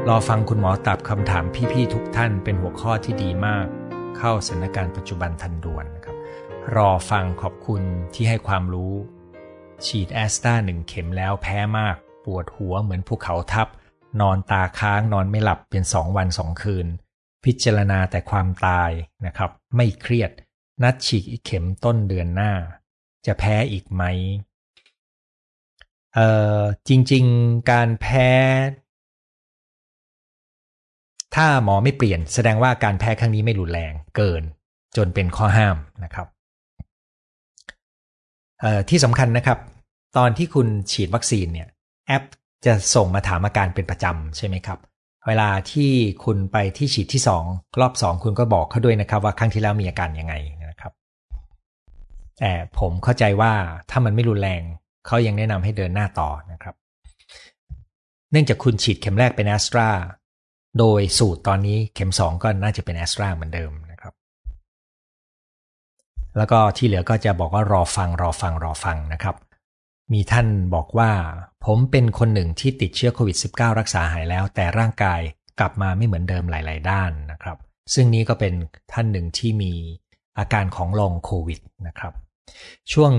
รอฟังคุณหมอตอบคำถามพี่ๆทุกท่านเป็นหัวข้อที่ดีมากเข้าสถานการณ์ปัจจุบันทันด่วนนะครับรอฟังขอบคุณที่ให้ความรู้ฉีดแอสตรา1 เข็มแล้วแพ้มากปวดหัวเหมือนภูเขาทับนอนตาค้างนอนไม่หลับเป็น2 วัน2 คืนพิจารณาแต่ความตายนะครับไม่เครียดนัดฉีดอีกเข็มต้นเดือนหน้าจะแพ้อีกไหมจริงๆการแพ้ถ้าหมอไม่เปลี่ยนแสดงว่าการแพ้ครั้งนี้ไม่รุนแรงเกินจนเป็นข้อห้ามนะครับที่สำคัญนะครับตอนที่คุณฉีดวัคซีนเนี่ยแอปจะส่งมาถามอาการเป็นประจำใช่ไหมครับเวลาที่คุณไปที่ฉีดที่2รอบ2คุณก็บอกเขาด้วยนะครับว่าครั้งที่แล้วมีอาการยังไงนะครับแต่ผมเข้าใจว่าถ้ามันไม่รุนแรงเขายังแนะนำให้เดินหน้าต่อนะครับเนื่องจากคุณฉีดเข็มแรกเป็นแอสตราโดยสูตรตอนนี้เข็ม2ก็น่าจะเป็นแอสตราเหมือนเดิมนะครับแล้วก็ที่เหลือก็จะบอกว่ารอฟังนะครับมีท่านบอกว่าผมเป็นคนหนึ่งที่ติดเชื้อโควิด -19 รักษาหายแล้วแต่ร่างกายกลับมาไม่เหมือนเดิมหลายๆด้านนะครับซึ่งนี้ก็เป็นท่านหนึ่งที่มีอาการของลองโควิดนะครับช่วง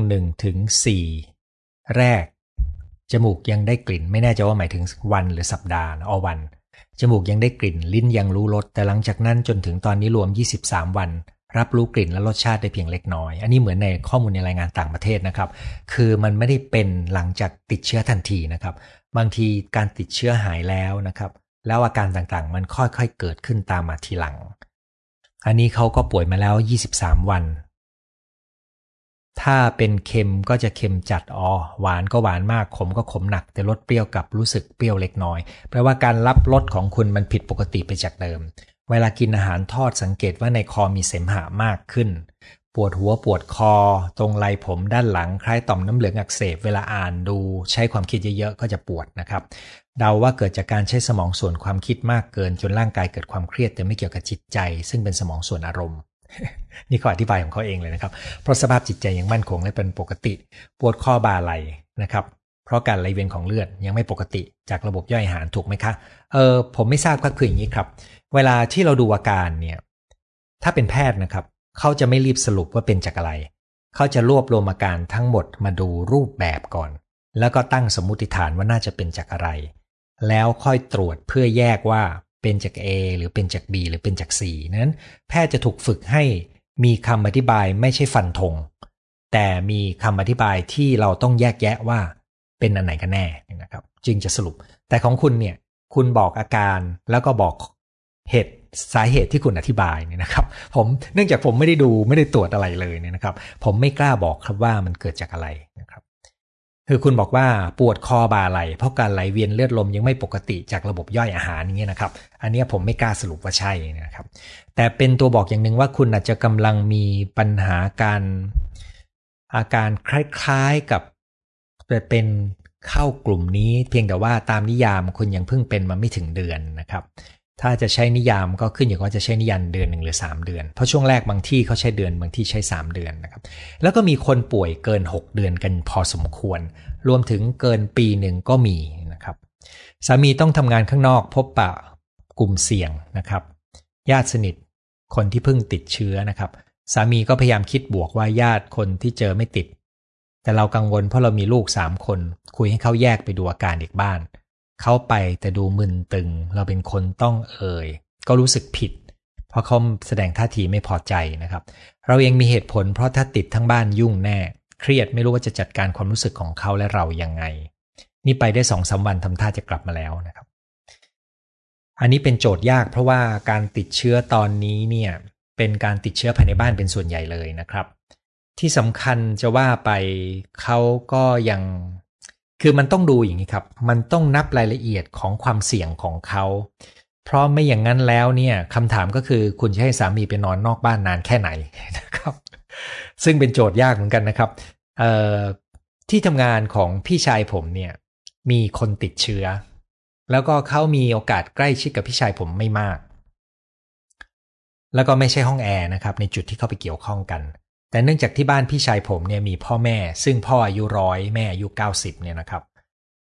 1-4 แรกจมูกยังได้กลิ่นไม่แน่ใจว่าหมายถึงวันหรือสัปดาห์วันจมูกยังได้กลิ่นลิ้นยังรู้รสแต่หลังจากนั้นจนถึงตอนนี้รวม23 วันรับรู้กลิ่นและรสชาติได้เพียงเล็กน้อยอันนี้เหมือนในข้อมูลในรายงานต่างประเทศนะครับคือมันไม่ได้เป็นหลังจากติดเชื้อทันทีนะครับบางทีการติดเชื้อหายแล้วนะครับแล้วอาการต่างๆมันค่อยๆเกิดขึ้นตามมาทีหลังอันนี้เขาก็ป่วยมาแล้ว23 วันถ้าเป็นเค็มก็จะเค็มจัดหวานก็หวานมากขมก็ขมหนักแต่รสเปรี้ยวกับรู้สึกเปรี้ยวเล็กน้อยแปลว่าการรับรสของคุณมันผิดปกติไปจากเดิมเวลากินอาหารทอดสังเกตว่าในคอมีเสมหะมากขึ้นปวดหัวปวดคอตรงไหล่ผมด้านหลังคล้ายต่อมน้ำเหลืองอักเสบเวลาอ่านดูใช้ความคิดเยอะๆก็จะปวดนะครับเดาว่าเกิดจากการใช้สมองส่วนความคิดมากเกินจนร่างกายเกิดความเครียดแต่ไม่เกี่ยวกับจิตใจซึ่งเป็นสมองส่วนอารมณ์ นี่เขาอธิบายของเขาเองเลยนะครับเพราะสภาพจิตใจยังมั่นคงและเป็นปกติปวดข้อบ่าไหล่นะครับเพราะการไหลเวียนของเลือดยังไม่ปกติจากระบบย่อยอาหารถูกไหมคะผมไม่ทราบก็คืออย่างนี้ครับเวลาที่เราดูอาการเนี่ยถ้าเป็นแพทย์นะครับเขาจะไม่รีบสรุปว่าเป็นจากอะไรเขาจะรวบรวมอาการทั้งหมดมาดูรูปแบบก่อนแล้วก็ตั้งสมมุติฐานว่าน่าจะเป็นจากอะไรแล้วค่อยตรวจเพื่อแยกว่าเป็นจาก A หรือเป็นจาก B หรือเป็นจาก C นั้นแพทย์จะถูกฝึกให้มีคำอธิบายไม่ใช่ฟันธงแต่มีคำอธิบายที่เราต้องแยกแยะว่าเป็นอันไหนกันแน่นะครับจึงจะสรุปแต่ของคุณเนี่ยคุณบอกอาการแล้วก็บอกสาเหตุที่คุณอธิบายเนี่ยนะครับเนื่องจากผมไม่ได้ตรวจอะไรเลยเนี่ยนะครับผมไม่กล้าบอกครับว่ามันเกิดจากอะไรนะครับคือคุณบอกว่าปวดคอบ่าไหล่เพราะการไหลเวียนเลือดลมยังไม่ปกติจากระบบย่อยอาหารอย่างเงี้ยนะครับอันนี้ผมไม่กล้าสรุปว่าใช่นะครับแต่เป็นตัวบอกอย่างหนึ่งว่าคุณอาจจะกำลังมีปัญหาอาการคล้ายๆกับเป็นเข้ากลุ่มนี้เพียงแต่ว่าตามนิยามคุณยังเพิ่งเป็นมาไม่ถึงเดือนนะครับถ้าจะใช้นิยามก็ขึ้นอยู่ว่าจะใช้นิยามเดือน1หรือ3 เดือนเพราะช่วงแรกบางที่เขาใช้เดือนบางที่ใช้3 เดือนนะครับแล้วก็มีคนป่วยเกิน6 เดือนกันพอสมควรรวมถึงเกินปีหนึ่งก็มีนะครับสามีต้องทำงานข้างนอกพบปะกลุ่มเสี่ยงนะครับญาติสนิทคนที่เพิ่งติดเชื้อนะครับสามีก็พยายามคิดบวกว่าญาติคนที่เจอไม่ติดแต่เรากังวลเพราะเรามีลูก3 คนคุยให้เขาแยกไปดูอาการอีกบ้านเขาไปแต่ดูมึนตึงเราเป็นคนต้องก็รู้สึกผิดเพราะเขาแสดงท่าทีไม่พอใจนะครับเราเองมีเหตุผลเพราะถ้าติดทั้งบ้านยุ่งแน่เครียดไม่รู้ว่าจะจัดการความรู้สึกของเขาและเรายังไงนี่ไปได้ 2-3 วันทำท่าจะกลับมาแล้วนะครับอันนี้เป็นโจทย์ยากเพราะว่าการติดเชื้อตอนนี้เนี่ยเป็นการติดเชื้อภายในบ้านเป็นส่วนใหญ่เลยนะครับที่สำคัญจะว่าไปเขาก็ยังคือมันต้องดูอย่างนี้ครับมันต้องนับรายละเอียดของความเสี่ยงของเขาเพราะไม่อย่างนั้นแล้วเนี่ยคำถามก็คือคุณจะให้สามีไปนอนนอกบ้านนานแค่ไหนนะครับซึ่งเป็นโจทย์ยากเหมือนกันนะครับที่ทำงานของพี่ชายผมเนี่ยมีคนติดเชื้อแล้วก็เขามีโอกาสใกล้ชิดกับพี่ชายผมไม่มากแล้วก็ไม่ใช่ห้องแอร์นะครับในจุดที่เข้าไปเกี่ยวข้องกันแต่เนื่องจากที่บ้านพี่ชายผมเนี่ยมีพ่อแม่ซึ่งพ่ออายุ100แม่อายุ90เนี่ยนะครับ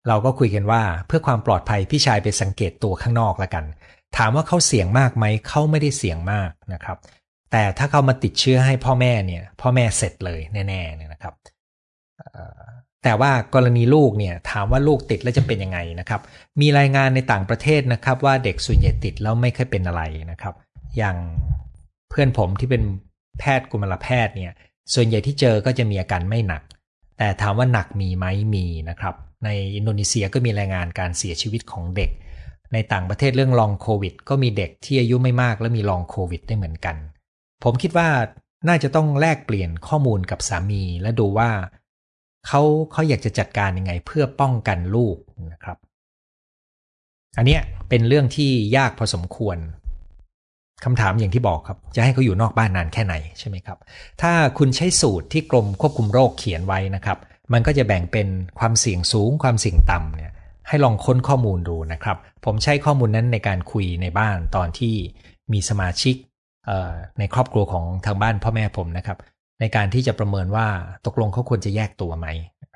เราก็คุยกันว่าเพื่อความปลอดภัยพี่ชายไปสังเกตตัวข้างนอกละกันถามว่าเขาเสี่ยงมากไหมเขาไม่ได้เสี่ยงมากนะครับแต่ถ้าเขามาติดเชื้อให้พ่อแม่เนี่ยพ่อแม่เสร็จเลยแน่ๆเนี่ยนะครับแต่ว่ากรณีลูกเนี่ยถามว่าลูกติดแล้วจะเป็นยังไงนะครับมีรายงานในต่างประเทศนะครับว่าเด็กส่วนใหญ่ติดแล้วไม่เคยเป็นอะไรนะครับอย่างเพื่อนผมที่เป็นแพทย์กุมารแพทย์เนี่ยส่วนใหญ่ที่เจอก็จะมีอาการไม่หนักแต่ถามว่าหนักมีไหมมีนะครับในอินโดนีเซียก็มีรายงานการเสียชีวิตของเด็กในต่างประเทศเรื่องลองโควิดก็มีเด็กที่อายุไม่มากและมีลองโควิดได้เหมือนกันผมคิดว่าน่าจะต้องแลกเปลี่ยนข้อมูลกับสามีและดูว่าเขาอยากจะจัดการยังไงเพื่อป้องกันลูกนะครับอันเนี้ยเป็นเรื่องที่ยากพอสมควรคำถามอย่างที่บอกครับจะให้เขาอยู่นอกบ้านนานแค่ไหนใช่ไหมครับถ้าคุณใช้สูตรที่กรมควบคุมโรคเขียนไว้นะครับมันก็จะแบ่งเป็นความเสี่ยงสูงความเสี่ยงต่ำเนี่ยให้ลองค้นข้อมูลดูนะครับผมใช้ข้อมูลนั้นในการคุยในบ้านตอนที่มีสมาชิกในครอบครัวของทางบ้านพ่อแม่ผมนะครับในการที่จะประเมินว่าตกลงเขาควรจะแยกตัวไหม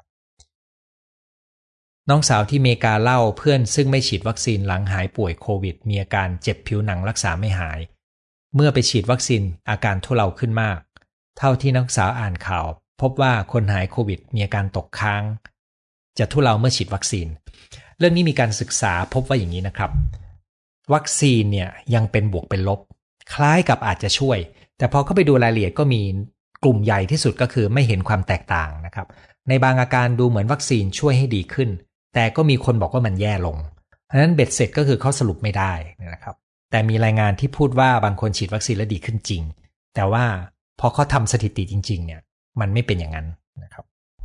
น้องสาวที่อเมริกาเล่าเพื่อนซึ่งไม่ฉีดวัคซีนหลังหายป่วยโควิดมีอาการเจ็บผิวหนังรักษาไม่หายเมื่อไปฉีดวัคซีนอาการทุเลาขึ้นมากเท่าที่น้องสาวอ่านข่าวพบว่าคนหายโควิดมีอาการตกค้างจะทุเลาเมื่อฉีดวัคซีนเรื่องนี้มีการศึกษาพบว่าอย่างนี้นะครับวัคซีนเนี่ยยังเป็นบวกเป็นลบคล้ายกับอาจจะช่วยแต่พอเข้าไปดูรายละเอียดก็มีกลุ่มใหญ่ที่สุดก็คือไม่เห็นความแตกต่างนะครับในบางอาการดูเหมือนวัคซีนช่วยให้ดีขึ้นแต่ก็มีคนบอกว่ามันแย่ลงเพราะฉะนั้นเบ็ดเสร็จก็คือเขาสรุปไม่ได้นะครับแต่มีรายงานที่พูดว่าบางคนฉีดวัคซีนแล้วดีขึ้นจริงแต่ว่าพอเขาทำสถิติจริงๆเนี่ยมันไม่เป็นอย่างนั้นนะครับ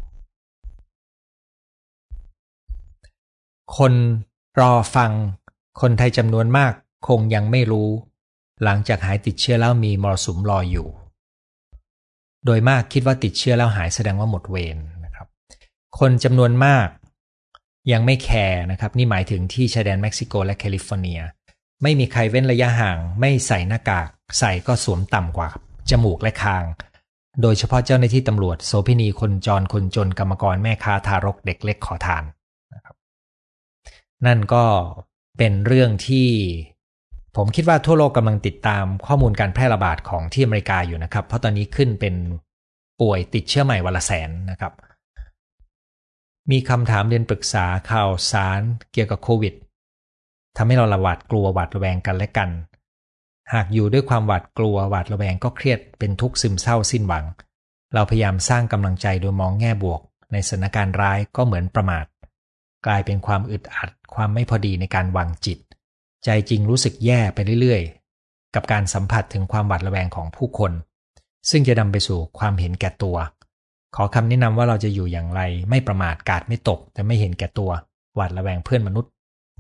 คนรอฟังคนไทยจำนวนมากคงยังไม่รู้หลังจากหายติดเชื้อแล้วมีมรสุมรออยู่โดยมากคิดว่าติดเชื้อแล้วหายแสดงว่าหมดเวรนะครับคนจำนวนมากยังไม่แคร์นะครับนี่หมายถึงที่ชายแดนเม็กซิโกและแคลิฟอร์เนียไม่มีใครเว้นระยะห่างไม่ใส่หน้ากากใส่ก็สวมต่ำกว่าจมูกและคางโดยเฉพาะเจ้าหน้าที่ตำรวจโสเภณีคนจรคนจนกรรมกรแม่ค้าทารกเด็กเล็กขอทานนะครับนั่นก็เป็นเรื่องที่ผมคิดว่าทั่วโลกกำลังติดตามข้อมูลการแพร่ระบาดของที่อเมริกาอยู่นะครับเพราะตอนนี้ขึ้นเป็นป่วยติดเชื้อใหม่วันละแสนนะครับมีคำถามเรียนปรึกษาข่าวสารเกี่ยวกับโควิดทำให้เราหวาดกลัวหวาดระแวงกันและกันหากอยู่ด้วยความหวาดกลัวหวาดระแวงก็เครียดเป็นทุกข์ซึมเศร้าสิ้นหวังเราพยายามสร้างกำลังใจโดยมองแง่บวกในสถานการณ์ร้ายก็เหมือนประมาทกลายเป็นความอึดอัดความไม่พอดีในการวางจิตใจจริงรู้สึกแย่ไปเรื่อยๆกับการสัมผัสถึงความหวาดระแวงของผู้คนซึ่งจะนำไปสู่ความเห็นแก่ตัวขอคำแนะนำว่าเราจะอยู่อย่างไรไม่ประมาทกาดไม่ตกแต่ไม่เห็นแก่ตัวหวาดระแวงเพื่อนมนุษย์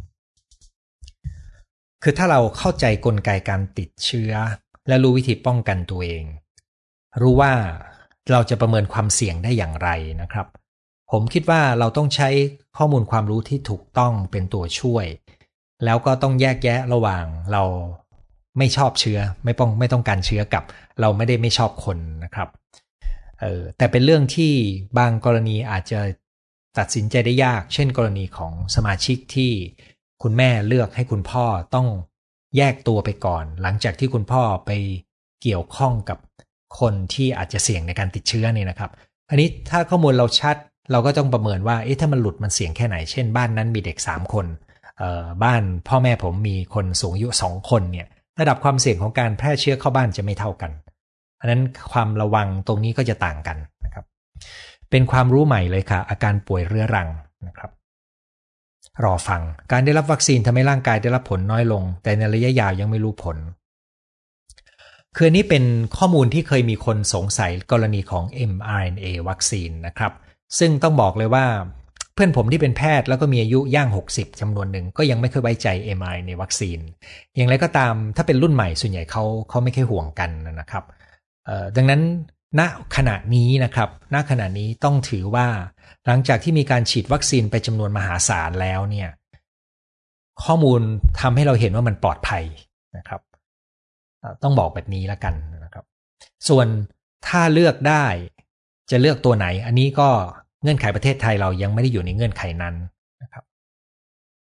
คือถ้าเราเข้าใจกลไกการติดเชื้อและรู้วิธีป้องกันตัวเองรู้ว่าเราจะประเมินความเสี่ยงได้อย่างไรนะครับผมคิดว่าเราต้องใช้ข้อมูลความรู้ที่ถูกต้องเป็นตัวช่วยแล้วก็ต้องแยกแยะระหว่างเราไม่ชอบเชื้อไม่ต้องการเชื้อกับเราไม่ชอบคนนะครับแต่เป็นเรื่องที่บางกรณีอาจจะตัดสินใจได้ยากเช่นกรณีของสมาชิกที่คุณแม่เลือกให้คุณพ่อต้องแยกตัวไปก่อนหลังจากที่คุณพ่อไปเกี่ยวข้องกับคนที่อาจจะเสี่ยงในการติดเชื้อเนี่ยนะครับอันนี้ถ้าข้อมูลเราชัดเราก็ต้องประเมินว่าถ้ามันหลุดมันเสี่ยงแค่ไหนเช่นบ้านนั้นมีเด็ก3คนบ้านพ่อแม่ผมมีคนสูงอายุ2คนเนี่ยระดับความเสี่ยงของการแพร่เชื้อเข้าบ้านจะไม่เท่ากันอันนั้นความระวังตรงนี้ก็จะต่างกันนะครับเป็นความรู้ใหม่เลยค่ะอาการป่วยเรื้อรังนะครับรอฟังการได้รับวัคซีนทำให้ร่างกายได้รับผลน้อยลงแต่ในระยะยาวยังไม่รู้ผลคือนี้เป็นข้อมูลที่เคยมีคนสงสัยกรณีของ mRNA วัคซีนนะครับซึ่งต้องบอกเลยว่าเพื่อนผมที่เป็นแพทย์แล้วก็มีอายุย่าง60จำนวนหนึ่งก็ยังไม่เคยไว้ใจ mRNA วัคซีนอย่างไรก็ตามถ้าเป็นรุ่นใหม่ส่วนใหญ่เขาไม่ค่อยห่วงกันนะครับดังนั้นณขณะนี้นะครับณขณะนี้ต้องถือว่าหลังจากที่มีการฉีดวัคซีนไปจำนวนมหาศาลแล้วเนี่ยข้อมูลทำให้เราเห็นว่ามันปลอดภัยนะครับต้องบอกแบบนี้แล้วกันนะครับส่วนถ้าเลือกได้จะเลือกตัวไหนอันนี้ก็เงื่อนไขประเทศไทยเรายังไม่ได้อยู่ในเงื่อนไขนั้นนะครับ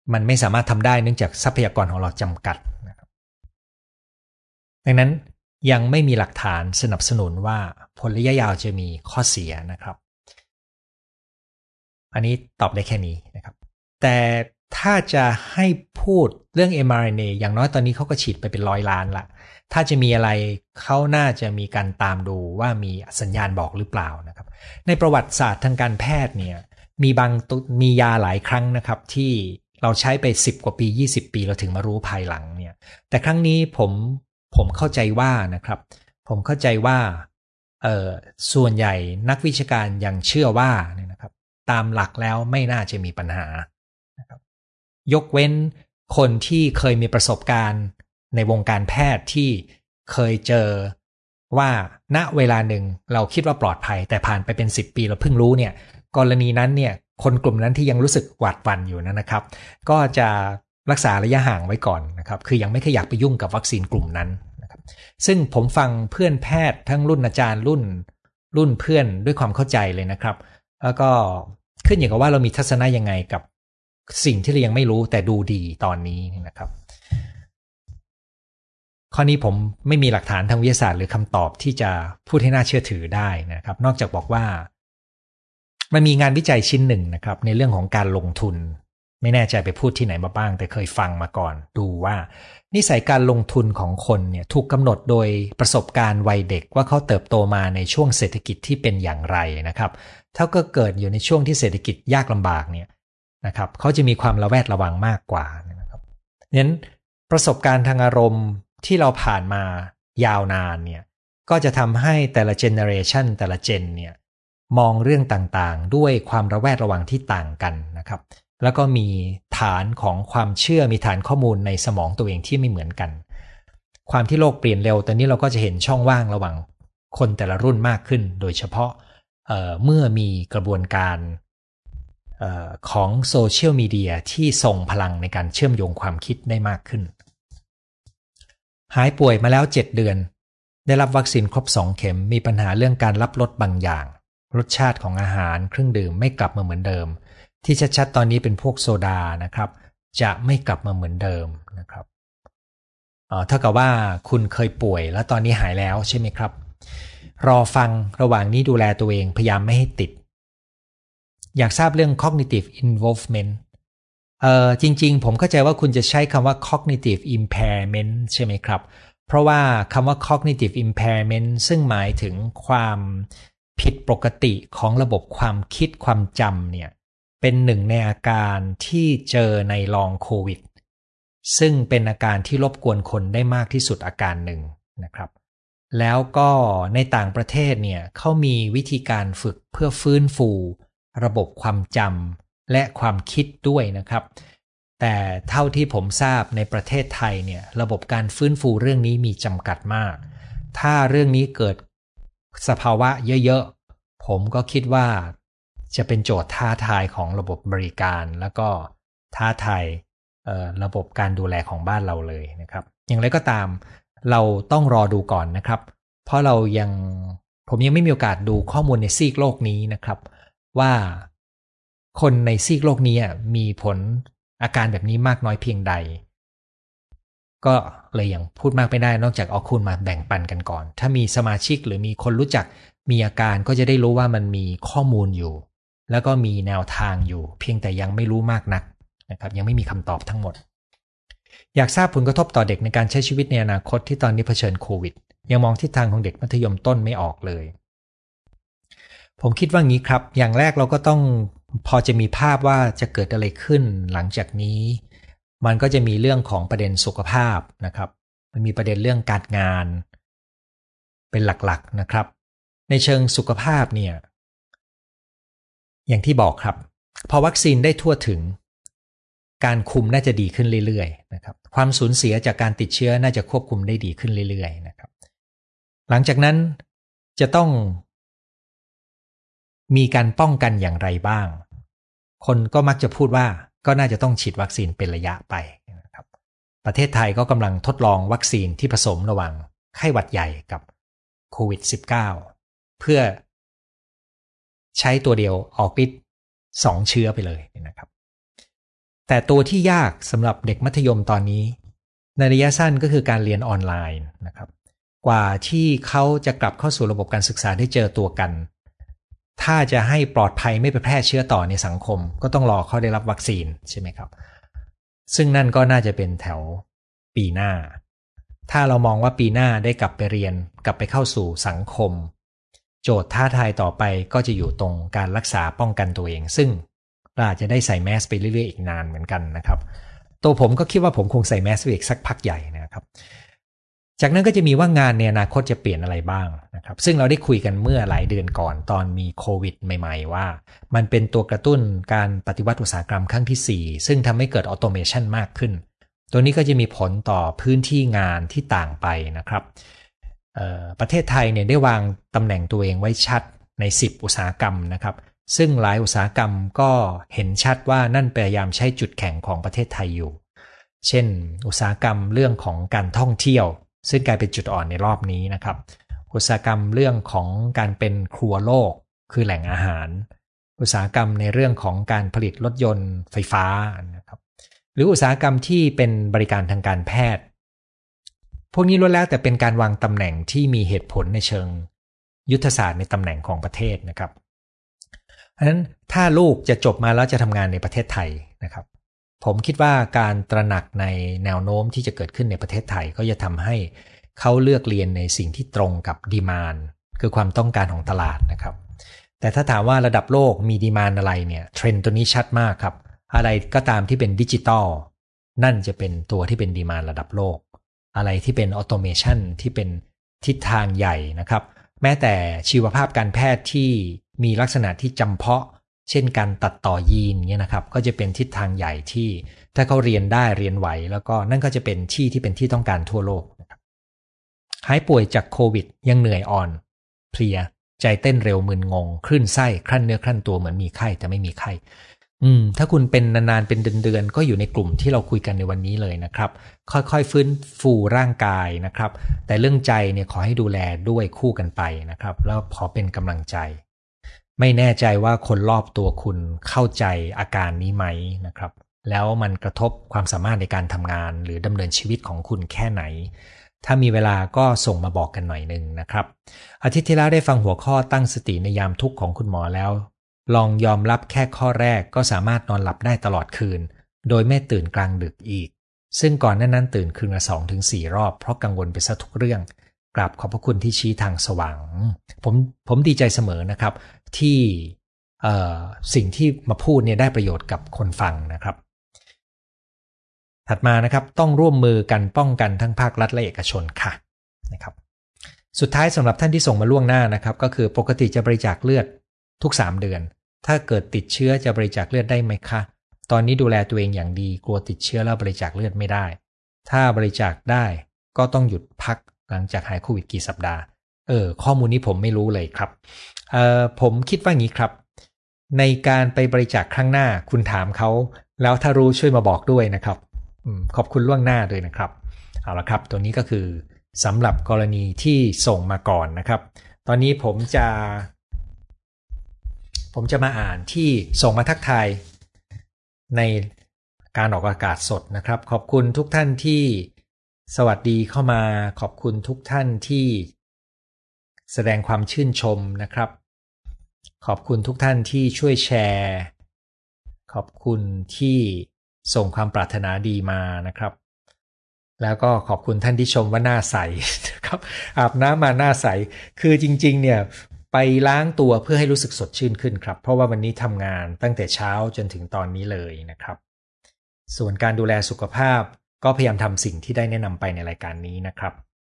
มันไม่สามารถทำได้เนื่องจากทรัพยากรของเราจำกัดนะครับดังนั้นยังไม่มีหลักฐานสนับสนุนว่าผลระยะยาวจะมีข้อเสียนะครับอันนี้ตอบได้แค่นี้นะครับแต่ถ้าจะให้พูดเรื่อง mRNA อย่างน้อยตอนนี้เขาก็ฉีดไปเป็น100 ล้านละถ้าจะมีอะไรเขาน่าจะมีการตามดูว่ามีสัญญาณบอกหรือเปล่านะครับในประวัติศาสตร์ทางการแพทย์เนี่ยมียาหลายครั้งนะครับที่เราใช้ไป10 กว่าปี20 ปีเราถึงมารู้ภายหลังเนี่ยแต่ครั้งนี้ผมเข้าใจว่านะครับผมเข้าใจว่าส่วนใหญ่นักวิชาการยังเชื่อว่าเนี่ยนะครับตามหลักแล้วไม่น่าจะมีปัญหานะครับยกเว้นคนที่เคยมีประสบการณ์ในวงการแพทย์ที่เคยเจอว่าณเวลาหนึ่งเราคิดว่าปลอดภัยแต่ผ่านไปเป็น10 ปีเราเพิ่งรู้เนี่ยกรณีนั้นเนี่ยคนกลุ่มนั้นที่ยังรู้สึกหวาดหวั่นอยู่นะครับก็จะรักษาระยะห่างไว้ก่อนนะครับคือยังไม่ขยับไปยุ่งกับวัคซีนกลุ่มนั้นนะครับซึ่งผมฟังเพื่อนแพทย์ทั้งรุ่นอาจารย์รุ่นเพื่อนด้วยความเข้าใจเลยนะครับแล้วก็ขึ้นอยู่กับว่าเรามีทัศนะยังไงกับสิ่งที่เรายังไม่รู้แต่ดูดีตอนนี้นะครับข้อนี้ผมไม่มีหลักฐานทางวิทยาศาสตร์หรือคำตอบที่จะพูดให้น่าเชื่อถือได้นะครับนอกจากบอกว่ามันมีงานวิจัยชิ้นหนึ่งนะครับในเรื่องของการลงทุนไม่แน่ใจไปพูดที่ไหนมาบ้างแต่เคยฟังมาก่อนดูว่านิสัยการลงทุนของคนเนี่ยถูกกำหนดโดยประสบการณ์วัยเด็กว่าเขาเติบโตมาในช่วงเศรษฐกิจที่เป็นอย่างไรนะครับถ้าก็เกิดอยู่ในช่วงที่เศรษฐกิจยากลำบากเนี่ยนะครับเขาจะมีความระแวดระวังมากกว่านะครับงั้นประสบการณ์ทางอารมณ์ที่เราผ่านมายาวนานเนี่ยก็จะทำให้แต่ละเจเนอเรชันแต่ละเจนเนี่ยมองเรื่องต่างๆด้วยความระแวดระวังที่ต่างกันนะครับแล้วก็มีฐานของความเชื่อมีฐานข้อมูลในสมองตัวเองที่ไม่เหมือนกันความที่โลกเปลี่ยนเร็วตอนนี้เราก็จะเห็นช่องว่างระหว่างคนแต่ละรุ่นมากขึ้นโดยเฉพาะเมื่อมีกระบวนการของโซเชียลมีเดียที่ส่งพลังในการเชื่อมโยงความคิดได้มากขึ้นหายป่วยมาแล้ว7 เดือนได้รับวัคซีนครบ2 เข็มมีปัญหาเรื่องการรับรสบางอย่างรสชาติของอาหารเครื่องดื่มไม่กลับมาเหมือนเดิมที่ชัดๆตอนนี้เป็นพวกโซดานะครับจะไม่กลับมาเหมือนเดิมนะครับเท่ากับว่าคุณเคยป่วยแล้วตอนนี้หายแล้วใช่ไหมครับรอฟังระหว่างนี้ดูแลตัวเองพยายามไม่ให้ติดอยากทราบเรื่อง cognitive involvement จริงๆผมเข้าใจว่าคุณจะใช้คำว่า cognitive impairment ใช่ไหมครับเพราะว่าคำว่า cognitive impairment ซึ่งหมายถึงความผิดปกติของระบบความคิดความจำเนี่ยเป็นหนึ่งในอาการที่เจอในลองโควิดซึ่งเป็นอาการที่รบกวนคนได้มากที่สุดอาการหนึ่งนะครับแล้วก็ในต่างประเทศเนี่ยเขามีวิธีการฝึกเพื่อฟื้นฟูระบบความจำและความคิดด้วยนะครับแต่เท่าที่ผมทราบในประเทศไทยเนี่ยระบบการฟื้นฟูเรื่องนี้มีจำกัดมากถ้าเรื่องนี้เกิดสภาวะเยอะๆผมก็คิดว่าจะเป็นโจทย์ท้าทายของระบบบริการแล้วก็ท้าทายระบบการดูแลของบ้านเราเลยนะครับอย่างไรก็ตามเราต้องรอดูก่อนนะครับเพราะผมยังไม่มีโอกาสดูข้อมูลในซีกโลกนี้นะครับว่าคนในซีกโลกนี้มีผลอาการแบบนี้มากน้อยเพียงใดก็เลยยังพูดมากไม่ได้นอกจากเอาคุณมาแบ่งปันกันก่อนถ้ามีสมาชิกหรือมีคนรู้จักมีอาการก็จะได้รู้ว่ามันมีข้อมูลอยู่แล้วก็มีแนวทางอยู่เพียงแต่ยังไม่รู้มากนักนะครับยังไม่มีคำตอบทั้งหมดอยากทราบผลกระทบต่อเด็กในการใช้ชีวิตในอนาคตที่ตอนนี้เผชิญโควิดยังมองทิศทางของเด็กมัธยมต้นไม่ออกเลยผมคิดว่างี้ครับอย่างแรกเราก็ต้องพอจะมีภาพว่าจะเกิดอะไรขึ้นหลังจากนี้มันก็จะมีเรื่องของประเด็นสุขภาพนะครับมันมีประเด็นเรื่องการงานเป็นหลักๆนะครับในเชิงสุขภาพเนี่ยอย่างที่บอกครับพอวัคซีนได้ทั่วถึงการคุมน่าจะดีขึ้นเรื่อยๆนะครับความสูญเสียจากการติดเชื้อน่าจะควบคุมได้ดีขึ้นเรื่อยๆนะครับหลังจากนั้นจะต้องมีการป้องกันอย่างไรบ้างคนก็มักจะพูดว่าก็น่าจะต้องฉีดวัคซีนเป็นระยะไปนะครับประเทศไทยก็กำลังทดลองวัคซีนที่ผสมระหว่างไข้หวัดใหญ่กับโควิด -19 เพื่อใช้ตัวเดียวออกฤทธิ์2 เชื้อไปเลยนะครับแต่ตัวที่ยากสำหรับเด็กมัธยมตอนนี้ในระยะสั้นก็คือการเรียนออนไลน์นะครับกว่าที่เขาจะกลับเข้าสู่ระบบการศึกษาได้เจอตัวกันถ้าจะให้ปลอดภัยไม่ไปแพร่เชื้อต่อในสังคมก็ต้องรอเขาได้รับวัคซีนใช่ไหมครับซึ่งนั่นก็น่าจะเป็นแถวปีหน้าถ้าเรามองว่าปีหน้าได้กลับไปเรียนกลับไปเข้าสู่สังคมโจทย์ท้าทายต่อไปก็จะอยู่ตรงการรักษาป้องกันตัวเองซึ่งเราอาจจะได้ใส่แมสไปเรื่อยๆอีกนานเหมือนกันนะครับตัวผมก็คิดว่าผมคงใส่แมสไปอีกสักพักใหญ่นะครับจากนั้นก็จะมีว่างานในอนาคตจะเปลี่ยนอะไรบ้างนะครับซึ่งเราได้คุยกันเมื่อหลายเดือนก่อนตอนมีโควิดใหม่ๆว่ามันเป็นตัวกระตุ้นการปฏิวัติอุตสาหกรรมครั้งที่4ซึ่งทำให้เกิดออโตเมชันมากขึ้นตัวนี้ก็จะมีผลต่อพื้นที่งานที่ต่างไปนะครับประเทศไทยเนี่ยได้วางตำแหน่งตัวเองไว้ชัดใน10อุตสาหกรรมนะครับซึ่งหลายอุตสาหกรรมก็เห็นชัดว่านั่นพยายามใช้จุดแข็งของประเทศไทยอยู่เช่นอุตสาหกรรมเรื่องของการท่องเที่ยวซึ่งกลายเป็นจุดอ่อนในรอบนี้นะครับอุตสาหกรรมเรื่องของการเป็นครัวโลกคือแหล่งอาหารอุตสาหกรรมในเรื่องของการผลิตรถยนต์ไฟฟ้านะครับหรืออุตสาหกรรมที่เป็นบริการทางการแพทย์พวกนี้ล้วนแล้วแต่เป็นการวางตำแหน่งที่มีเหตุผลในเชิงยุทธศาสตร์ในตำแหน่งของประเทศนะครับเพราะฉะนั้นถ้าลูกจะจบมาแล้วจะทำงานในประเทศไทยนะครับผมคิดว่าการตระหนักในแนวโน้มที่จะเกิดขึ้นในประเทศไทยก็จะทำให้เขาเลือกเรียนในสิ่งที่ตรงกับดีมานด์คือความต้องการของตลาดนะครับแต่ถ้าถามว่าระดับโลกมีดีมานด์อะไรเนี่ยเทรนด์ตัวนี้ชัดมากครับอะไรก็ตามที่เป็นดิจิตอลนั่นจะเป็นตัวที่เป็นดีมานด์ระดับโลกอะไรที่เป็นออโตเมชันที่เป็นทิศทางใหญ่นะครับแม้แต่ชีวภาพการแพทย์ที่มีลักษณะที่จำเพาะเช่นการตัดต่อยีนเนี่ยนะครับก็จะเป็นทิศทางใหญ่ที่ถ้าเขาเรียนได้เรียนไหวแล้วก็นั่นก็จะเป็นที่เป็นที่ต้องการทั่วโลกนะครับหายป่วยจากโควิดยังเหนื่อยอ่อนเพลียใจเต้นเร็วมึนงงคลื่นไส้ครั่นเนื้อครั่นตัวเหมือนมีไข้แต่ไม่มีไข้ถ้าคุณเป็นนานๆเป็นเดือนๆก็อยู่ในกลุ่มที่เราคุยกันในวันนี้เลยนะครับค่อยๆฟื้นฟูร่างกายนะครับแต่เรื่องใจเนี่ยขอให้ดูแลด้วยคู่กันไปนะครับแล้วขอเป็นกำลังใจไม่แน่ใจว่าคนรอบตัวคุณเข้าใจอาการนี้ไหมนะครับแล้วมันกระทบความสามารถในการทำงานหรือดำเนินชีวิตของคุณแค่ไหนถ้ามีเวลาก็ส่งมาบอกกันหน่อยนึงนะครับอาทิตย์ที่แล้วได้ฟังหัวข้อตั้งสติในยามทุกข์ของคุณหมอแล้วลองยอมรับแค่ข้อแรกก็สามารถนอนหลับได้ตลอดคืนโดยไม่ตื่นกลางดึกอีกซึ่งก่อนหน้านั้นตื่นคืนละ 2-4 รอบเพราะกังวลไปซะทุกเรื่องกราบขอบพระคุณที่ชี้ทางสว่างผมดีใจเสมอนะครับที่สิ่งที่มาพูดเนี่ยได้ประโยชน์กับคนฟังนะครับถัดมานะครับต้องร่วมมือกันป้องกันทั้งภาครัฐและเอกชนค่ะนะครับสุดท้ายสำหรับท่านที่ส่งมาล่วงหน้านะครับก็คือปกติจะบริจาคเลือดทุก3 เดือนถ้าเกิดติดเชื้อจะบริจาคเลือดได้ไหมคะตอนนี้ดูแลตัวเองอย่างดีกลัวติดเชื้อแล้วบริจาคเลือดไม่ได้ถ้าบริจาคได้ก็ต้องหยุดพักหลังจากหายโควิดกี่สัปดาห์ข้อมูลนี้ผมไม่รู้เลยครับผมคิดว่างี้ครับในการไปบริจาคครั้งหน้าคุณถามเขาแล้วถ้ารู้ช่วยมาบอกด้วยนะครับขอบคุณล่วงหน้าด้วยนะครับเอาละครับตัวนี้ก็คือสำหรับกรณีที่ส่งมาก่อนนะครับตอนนี้ผมจะมาอ่านที่ส่งมาทักทายในการออกอากาศสดนะครับขอบคุณทุกท่านที่สวัสดีเข้ามาขอบคุณทุกท่านที่แสดงความชื่นชมนะครับขอบคุณทุกท่านที่ช่วยแชร์ขอบคุณที่ส่งความปรารถนาดีมานะครับแล้วก็ขอบคุณท่านที่ชมว่าหน้าใสนะครับอาบน้ำมาหน้าใสคือจริงๆเนี่ยไปล้างตัวเพื่อให้รู้สึกสดชื่นขึ้นครับเพราะว่าวันนี้ทำงานตั้งแต่เช้าจนถึงตอนนี้เลยนะครับส่วนการดูแลสุขภาพก็พยายามทำสิ่งที่ได้แนะนำไปในรายการนี้นะครับ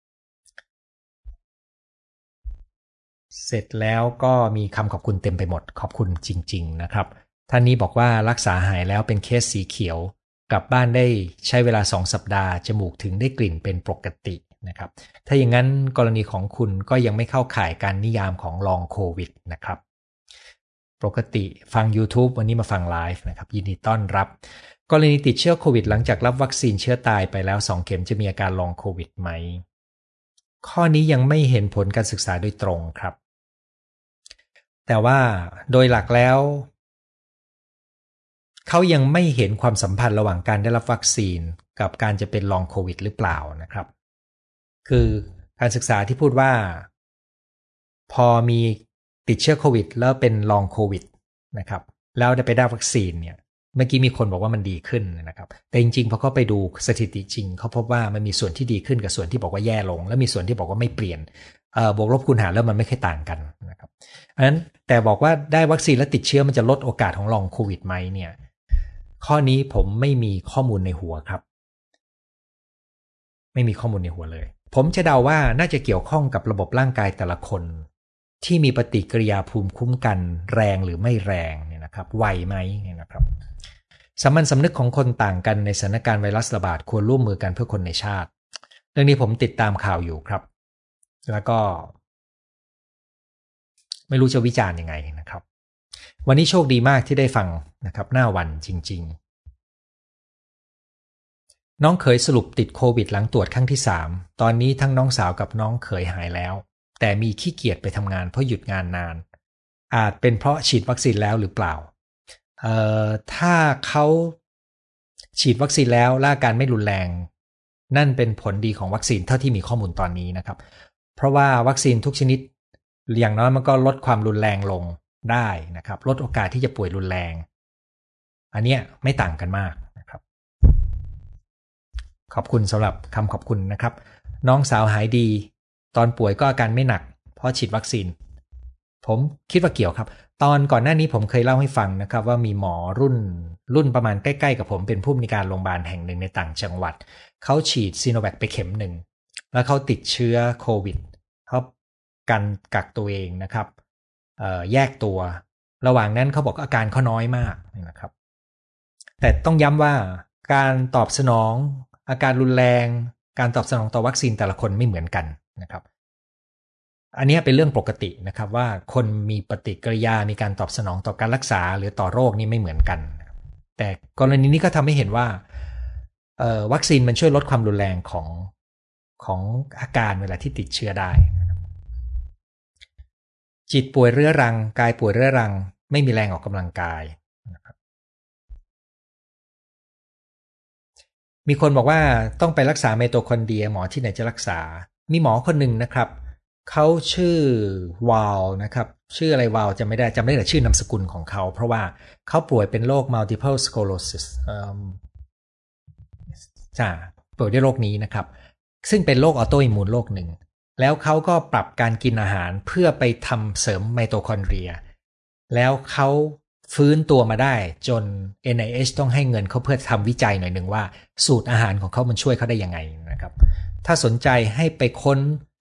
เสร็จแล้วก็มีคำขอบคุณเต็มไปหมดขอบคุณจริงๆนะครับท่านนี้บอกว่ารักษาหายแล้วเป็นเคสสีเขียวกลับบ้านได้ใช้เวลา2 สัปดาห์จมูกถึงได้กลิ่นเป็นปกตินะครับถ้าอย่างนั้นกรณีของคุณก็ยังไม่เข้าข่ายการนิยามของลองโควิดนะครับปกติฟัง YouTube วันนี้มาฟังไลฟ์นะครับยินดีต้อนรับกรณีติดเชื้อโควิดหลังจากรับวัคซีนเชื้อตายไปแล้ว2 เข็มจะมีอาการลองโควิดไหมข้อนี้ยังไม่เห็นผลการศึกษาโดยตรงครับแต่ว่าโดยหลักแล้วเขายังไม่เห็นความสัมพันธ์ระหว่างการได้รับวัคซีนกับการจะเป็นลองโควิดหรือเปล่านะครับคือการศึกษาที่พูดว่าพอมีติดเชื้อโควิดแล้วเป็นลองโควิดนะครับแล้วได้ไปได้วัคซีนเนี่ยเมื่อกี้มีคนบอกว่ามันดีขึ้นนะครับแต่จริงๆพอเขาไปดูสถิติจริงเขาพบว่ามันมีส่วนที่ดีขึ้นกับส่วนที่บอกว่าแย่ลงและมีส่วนที่บอกว่าไม่เปลี่ยนบวกลบคูณหารแล้วมันไม่ค่อยต่างกันนะครับอันนั้นแต่บอกว่าได้วัคซีนแล้วติดเชื้อมันจะลดโอกาสของลองโควิดไหมเนี่ยข้อนี้ผมไม่มีข้อมูลในหัวครับไม่มีข้อมูลในหัวเลยผมจะเดาว่าน่าจะเกี่ยวข้องกับระบบร่างกายแต่ละคนที่มีปฏิกิริยาภูมิคุ้มกันแรงหรือไม่แรงเนี่ยนะครับไวไหมเนี่ยนะครับสามัญสำนึกของคนต่างกันในสถานการณ์ไวรัสระบาดควรร่วมมือกันเพื่อคนในชาติเรื่องนี้ผมติดตามข่าวอยู่ครับแล้วก็ไม่รู้จะวิจารณ์ยังไงนะครับวันนี้โชคดีมากที่ได้ฟังนะครับหน้าวันจริงๆน้องเขยสรุปติดโควิดหลังตรวจครั้งที่3ตอนนี้ทั้งน้องสาวกับน้องเขยหายแล้วแต่มีขี้เกียจไปทำงานเพราะหยุดงานนานอาจเป็นเพราะฉีดวัคซีนแล้วหรือเปล่าถ้าเขาฉีดวัคซีนแล้วและอาการไม่รุนแรงนั่นเป็นผลดีของวัคซีนเท่าที่มีข้อมูลตอนนี้นะครับเพราะว่าวัคซีนทุกชนิดอย่างน้อยมันก็ลดความรุนแรงลงได้นะครับลดโอกาสที่จะป่วยรุนแรงอันเนี้ยไม่ต่างกันมากนะครับขอบคุณสำหรับคำขอบคุณนะครับน้องสาวหายดีตอนป่วยก็อาการไม่หนักเพราะฉีดวัคซีนผมคิดว่าเกี่ยวครับตอนก่อนหน้านี้ผมเคยเล่าให้ฟังนะครับว่ามีหมอรุ่นประมาณใกล้ๆกับผมเป็นผู้อำนวยการโรงพยาบาลแห่งหนึ่งในต่างจังหวัดเขาฉีดซีโนแวคไปเข็มหนึ่งแล้วเขาติดเชื้อโควิดเขากันกักตัวเองนะครับแยกตัวระหว่างนั้นเขาบอกอาการเขาน้อยมากนะครับแต่ต้องย้ำว่าการตอบสนองอาการรุนแรงการตอบสนองต่อวัคซีนแต่ละคนไม่เหมือนกันนะครับอันนี้เป็นเรื่องปกตินะครับว่าคนมีปฏิกิริยามีการตอบสนองต่อการรักษาหรือต่อโรคนี่ไม่เหมือนกันแต่กรณีนี้ก็ทำให้เห็นว่าวัคซีนมันช่วยลดความรุนแรงของอาการเวลาที่ติดเชื้อได้จิตป่วยเรื้อรังกายป่วยเรื้อรังไม่มีแรงออกกำลังกายมีคนบอกว่าต้องไปรักษาไมโตคอนเดรียหมอที่ไหนจะรักษามีหมอคนหนึ่งนะครับเขาชื่อวาลนะครับชื่ออะไรวาลจำไม่ได้แต่ชื่อนามสกุลของเขาเพราะว่าเขาป่วยเป็นโรค multiple sclerosis ป่วยด้วยโรคนี้นะครับซึ่งเป็นโรคออโตอิมมูนโรคหนึ่งแล้วเขาก็ปรับการกินอาหารเพื่อไปทำเสริมไมโตคอนเดรียแล้วเขาฟื้นตัวมาได้จน NIH ต้องให้เงินเขาเพื่อทำวิจัยหน่อยหนึ่งว่าสูตรอาหารของเขามันช่วยเขาได้ยังไงนะครับถ้าสนใจให้ไปค้น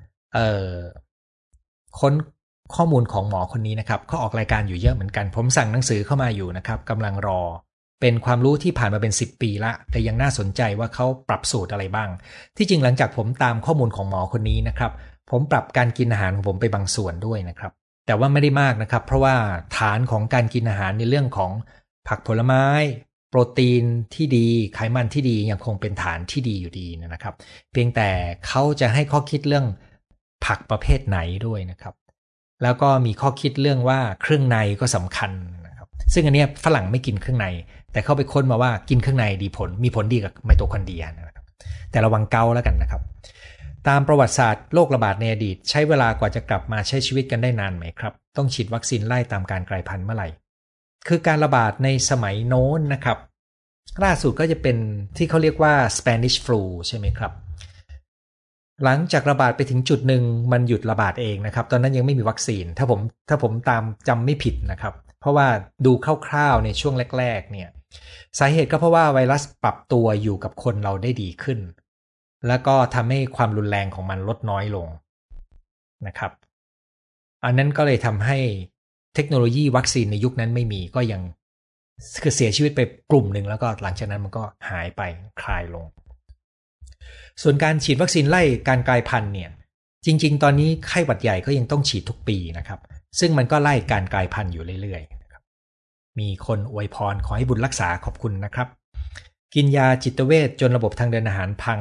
ข้อมูลของหมอคนนี้นะครับเขาออกรายการอยู่เยอะเหมือนกันผมสั่งหนังสือเข้ามาอยู่นะครับกำลังรอเป็นความรู้ที่ผ่านมาเป็น10 ปีละแต่ยังน่าสนใจว่าเขาปรับสูตรอะไรบ้างที่จริงหลังจากผมตามข้อมูลของหมอคนนี้นะครับผมปรับการกินอาหารของผมไปบางส่วนด้วยนะครับแต่ว่าไม่ได้มากนะครับเพราะว่าฐานของการกินอาหารในเรื่องของผักผลไม้โปรตีนที่ดีไขมันที่ดียังคงเป็นฐานที่ดีอยู่ดีนะครับเพียงแต่เขาจะให้ข้อคิดเรื่องผักประเภทไหนด้วยนะครับแล้วก็มีข้อคิดเรื่องว่าเครื่องในก็สำคัญนะครับซึ่งอันนี้ฝรั่งไม่กินเครื่องในแต่เข้าไปค้นมาว่ากินเครื่องในมีผลดีกับไมโตคอนเดรียนะครับแต่ระวังเกาแล้วกันนะครับตามประวัติศาสตร์โรคระบาดในอดีตใช้เวลากว่าจะกลับมาใช้ชีวิตกันได้นานไหมครับต้องฉีดวัคซีนไล่ตามการกลายพันธุ์เมื่อไหร่คือการระบาดในสมัยโน้นนะครับล่าสุดก็จะเป็นที่เขาเรียกว่า Spanish flu ใช่ไหมครับหลังจากระบาดไปถึงจุดหนึ่งมันหยุดระบาดเองนะครับตอนนั้นยังไม่มีวัคซีนถ้าผมตามจำไม่ผิดนะครับเพราะว่าดูคร่าวๆในช่วงแรกๆเนี่ยสาเหตุก็เพราะว่าไวรัสปรับตัวอยู่กับคนเราได้ดีขึ้นแล้วก็ทำให้ความรุนแรงของมันลดน้อยลงนะครับอันนั้นก็เลยทำให้เทคโนโลยีวัคซีนในยุคนั้นไม่มีก็ยังคือเสียชีวิตไปกลุ่มหนึ่งแล้วก็หลังจากนั้นมันก็หายไปคลายลงส่วนการฉีดวัคซีนไล่การกลายพันธุ์เนี่ยจริงๆตอนนี้ไข้หวัดใหญ่ก็ยังต้องฉีดทุกปีนะครับซึ่งมันก็ไล่การกลายพันธุ์อยู่เรื่อยๆนะครับมีคนอวยพรขอให้บุญรักษาขอบคุณนะครับกินยาจิตเวชจนระบบทางเดินอาหารพัง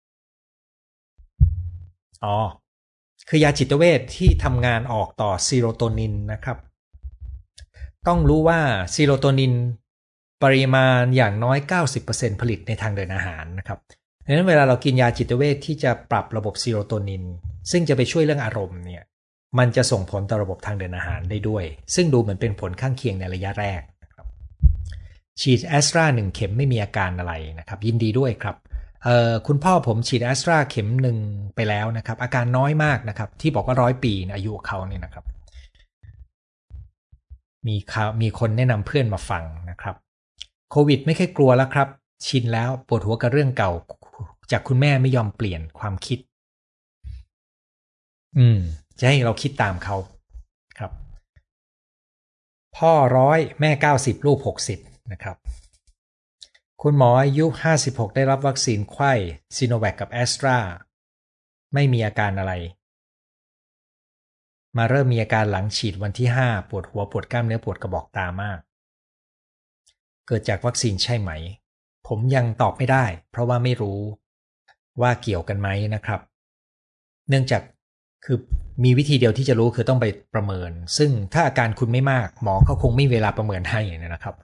คือยาจิตเวชที่ทำงานออกต่อซีโรโทนินนะครับต้องรู้ว่าซีโรโทนินปริมาณอย่างน้อย 90% ผลิตในทางเดินอาหารนะครับดังนั้นเวลาเรากินยาจิตเวชที่จะปรับระบบซีโรโทนินซึ่งจะไปช่วยเรื่องอารมณ์เนี่ยมันจะส่งผลต่อระบบทางเดินอาหารได้ด้วยซึ่งดูเหมือนเป็นผลข้างเคียงในระยะแรกนะครับฉีดแอสตรา1 เข็มไม่มีอาการอะไรนะครับยินดีด้วยครับคุณพ่อผมฉีดแอสตราเข็ม1ไปแล้วนะครับอาการน้อยมากนะครับที่บอกว่า100 ปีอายุเขาเนี่ยนะครับมีคนแนะนำเพื่อนมาฟังนะครับโควิดไม่ค่อยกลัวแล้วครับชินแล้วปวดหัวกับเรื่องเก่าจากคุณแม่ไม่ยอมเปลี่ยนความคิดจะให้เราคิดตามเขาครับพ่อ100แม่90ลูก60นะครับคุณหมออายุ56ได้รับวัคซีนไข้ซิโนแวคกับแอสตราไม่มีอาการอะไรมาเริ่มมีอาการหลังฉีดวันที่5ปวดหัวปวดกล้ามเนื้อปวดกระบอกตามากเกิดจากวัคซีนใช่ไหมผมยังตอบไม่ได้เพราะว่าไม่รู้ว่าเกี่ยวกันไหมนะครับเนื่องจากคือมีวิธีเดียวที่จะรู้คือต้องไปประเมินซึ่งถ้าอาการคุณไม่มากหมอเขาคงไม่มีเวลาประเมินให้นะครับ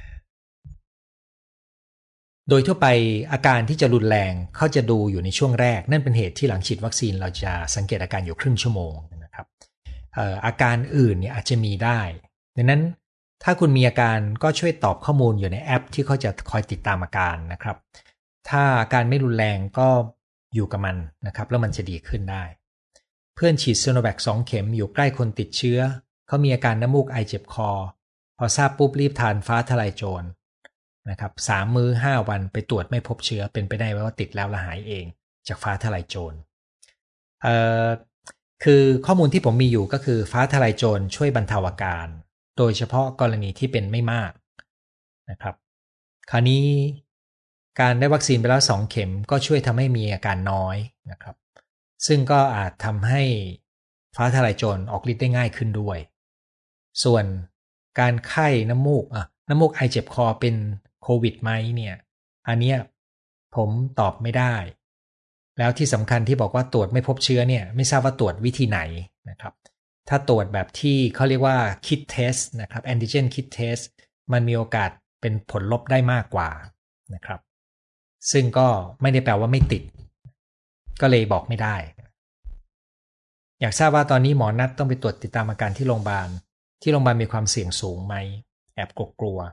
โดยทั่วไปอาการที่จะรุนแรงเขาจะดูอยู่ในช่วงแรกนั่นเป็นเหตุที่หลังฉีดวัคซีนเราจะสังเกตอาการอยู่ครึ่งชั่วโมงนะครับอาการอื่นเนี่ยอาจจะมีได้ดังนั้นถ้าคุณมีอาการก็ช่วยตอบข้อมูลอยู่ในแอปที่เขาจะคอยติดตามอาการนะครับถ้าอาการไม่รุนแรงก็อยู่กับมันนะครับแล้วมันจะดีขึ้นได้เพื่อนฉีดซิโนแวค2 เข็มอยู่ใกล้คนติดเชื้อเขามีอาการน้ำมูกไอเจ็บคอพอทราบปุ๊บรีบทานฟ้าทลายโจรนะครับ3 มื้อ 5 วันไปตรวจไม่พบเชื้อเป็นไปได้ว่าติดแล้วละหายเองจากฟ้าทลายโจรคือข้อมูลที่ผมมีอยู่ก็คือฟ้าทลายโจรช่วยบรรเทาอาการโดยเฉพาะกรณีที่เป็นไม่มากนะครับคราวนี้การได้วัคซีนไปแล้ว2 เข็มก็ช่วยทำให้มีอาการน้อยนะครับซึ่งก็อาจทำให้ฟ้าทลายโจรออกฤทธิ์ได้ง่ายขึ้นด้วยส่วนการไข้น้ำมูกไอเจ็บคอเป็นโควิดไหมเนี่ยอันเนี้ยผมตอบไม่ได้แล้วที่สำคัญที่บอกว่าตรวจไม่พบเชื้อเนี่ยไม่ทราบว่าตรวจวิธีไหนนะครับถ้าตรวจแบบที่เขาเรียกว่า kit test นะครับ antigen kit test มันมีโอกาสเป็นผลลบได้มากกว่านะครับซึ่งก็ไม่ได้แปลว่าไม่ติดก็เลยบอกไม่ได้อยากทราบว่าตอนนี้หมอนัดต้องไปตรวจติดตามอาการที่โรงพยาบาลมีความเสี่ยงสูงไหมแอบกลัว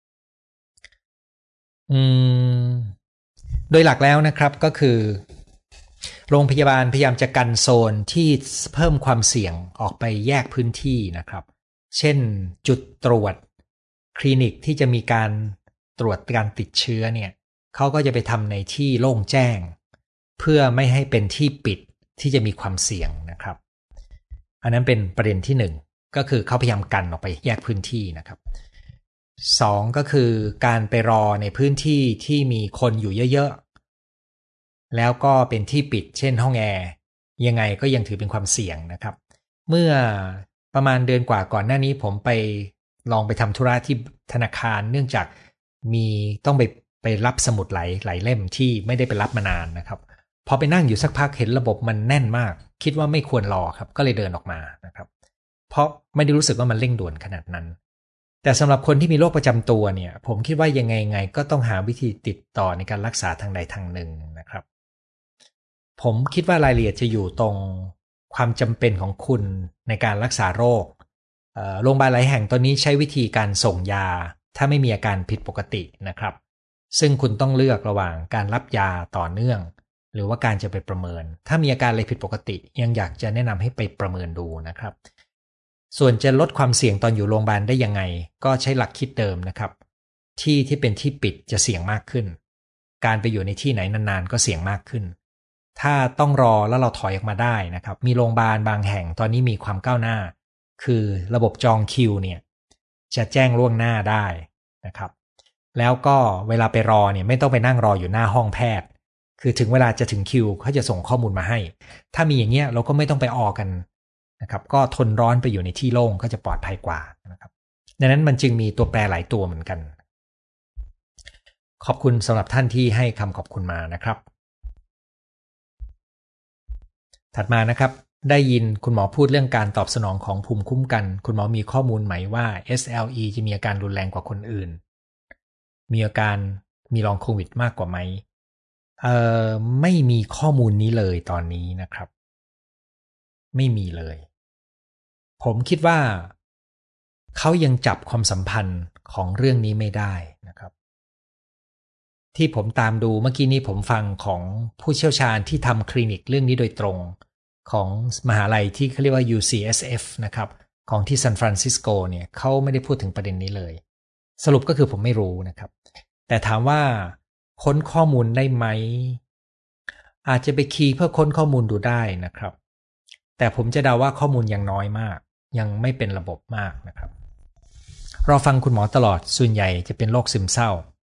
โดยหลักแล้วนะครับก็คือโรงพยาบาลพยายามจะกันโซนที่เพิ่มความเสี่ยงออกไปแยกพื้นที่นะครับเช่นจุดตรวจคลินิกที่จะมีการตรวจการติดเชื้อเนี่ยเขาก็จะไปทำในที่โล่งแจ้งเพื่อไม่ให้เป็นที่ปิดที่จะมีความเสี่ยงนะครับอันนั้นเป็นประเด็นที่1ก็คือเขาพยายามกันออกไปแยกพื้นที่นะครับ2ก็คือการไปรอในพื้นที่ที่มีคนอยู่เยอะๆแล้วก็เป็นที่ปิดเช่นห้องแอร์ยังไงก็ยังถือเป็นความเสี่ยงนะครับเมื่อประมาณเดือนกว่าก่อนหน้านี้ผมไปลองไปทำธุระที่ธนาคารเนื่องจากต้องไปรับสมุดหลายเล่มที่ไม่ได้ไปรับมานานนะครับพอไปนั่งอยู่สักพักเห็นระบบมันแน่นมากคิดว่าไม่ควรรอครับก็เลยเดินออกมานะครับเพราะไม่ได้รู้สึกว่ามันเร่งด่วนขนาดนั้นแต่สำหรับคนที่มีโรคประจำตัวเนี่ยผมคิดว่ายังไงก็ต้องหาวิธีติดต่อในการรักษาทางใดทางหนึ่งนะครับผมคิดว่ารายละเอียดจะอยู่ตรงความจำเป็นของคุณในการรักษาโรคโรงพยาบาลหลายแห่งตอนนี้ใช้วิธีการส่งยาถ้าไม่มีอาการผิดปกตินะครับซึ่งคุณต้องเลือกระหว่างการรับยาต่อเนื่องหรือว่าการจะไปประเมินถ้ามีอาการอะไรผิดปกติยังอยากจะแนะนำให้ไปประเมินดูนะครับส่วนจะลดความเสี่ยงตอนอยู่โรงพยาบาลได้ยังไงก็ใช้หลักคิดเดิมนะครับที่เป็นที่ปิดจะเสี่ยงมากขึ้นการไปอยู่ในที่ไหนนานๆก็เสี่ยงมากขึ้นถ้าต้องรอแล้วเราถอยออกมาได้นะครับมีโรงพยาบาลบางแห่งตอนนี้มีความก้าวหน้าคือระบบจองคิวเนี่ยจะแจ้งล่วงหน้าได้นะครับแล้วก็เวลาไปรอเนี่ยไม่ต้องไปนั่งรออยู่หน้าห้องแพทย์คือถึงเวลาจะถึงคิวเขาจะส่งข้อมูลมาให้ถ้ามีอย่างเงี้ยเราก็ไม่ต้องไปออกันนะครับก็ทนร้อนไปอยู่ในที่โล่งก็จะปลอดภัยกว่านะครับดังนั้นมันจึงมีตัวแปรหลายตัวเหมือนกันขอบคุณสำหรับท่านที่ให้คำขอบคุณมานะครับถัดมานะครับได้ยินคุณหมอพูดเรื่องการตอบสนองของภูมิคุ้มกันคุณหมอมีข้อมูลไหมว่า SLE จะมีอาการรุนแรงกว่าคนอื่นมีอาการมีลองโควิดมากกว่าไหมไม่มีข้อมูลนี้เลยตอนนี้นะครับไม่มีเลยผมคิดว่าเขายังจับความสัมพันธ์ของเรื่องนี้ไม่ได้นะครับที่ผมตามดูเมื่อกี้นี้ผมฟังของผู้เชี่ยวชาญที่ทำคลินิกเรื่องนี้โดยตรงของมหาลัยที่เขาเรียกว่า UCSF นะครับของที่ซานฟรานซิสโกเนี่ยเขาไม่ได้พูดถึงประเด็นนี้เลยสรุปก็คือผมไม่รู้นะครับแต่ถามว่าค้นข้อมูลได้ไหมอาจจะไปคีย์เพื่อค้นข้อมูลดูได้นะครับแต่ผมจะเดาว่าข้อมูลยังน้อยมากยังไม่เป็นระบบมากนะครับรอฟังคุณหมอตลอดส่วนใหญ่จะเป็นโรคซึมเศร้า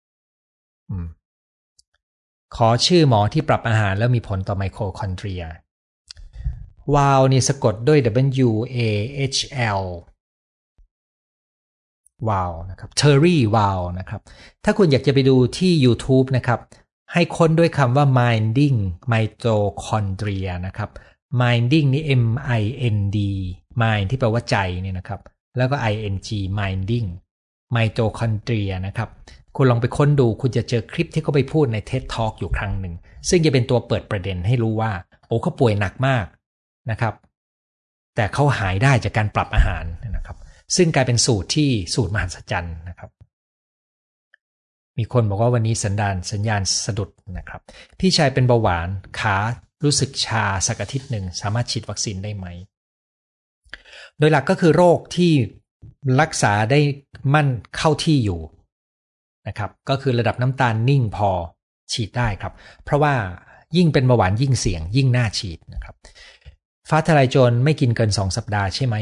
ขอชื่อหมอที่ปรับอาหารแล้วมีผลต่อไมโครคอนเดรียวาวนี่สะกดด้วย W A H L วาวนะครับเทอร์รี่วาวนะครับถ้าคุณอยากจะไปดูที่ YouTube นะครับให้ค้นด้วยคำว่า minding mitochondria นะครับ minding นี่ M I N D mind ที่แปลว่าใจเนี่ยนะครับแล้วก็ I N G minding mitochondria นะครับคุณลองไปค้นดูคุณจะเจอคลิปที่เขาไปพูดใน TED Talk อยู่ครั้งหนึ่งซึ่งจะเป็นตัวเปิดประเด็นให้รู้ว่าโอ้เขาป่วยหนักมากนะครับแต่เขาหายได้จากการปรับอาหารนะครับซึ่งกลายเป็นสูตรมหัศจรรย์นะครับมีคนบอกว่าวันนี้สัญญาณสะดุดนะครับพี่ชายเป็นเบาหวานขารู้สึกชาสักอาทิตย์หนึ่งสามารถฉีดวัคซีนได้ไหมโดยหลักก็คือโรคที่รักษาได้มั่นเข้าที่อยู่นะครับก็คือระดับน้ำตาลนิ่งพอฉีดได้ครับเพราะว่ายิ่งเป็นเบาหวานยิ่งเสี่ยงยิ่งน่าฉีดนะครับฟ้าทลายโจรไม่กินเกิน2 สัปดาห์ใช่ไหม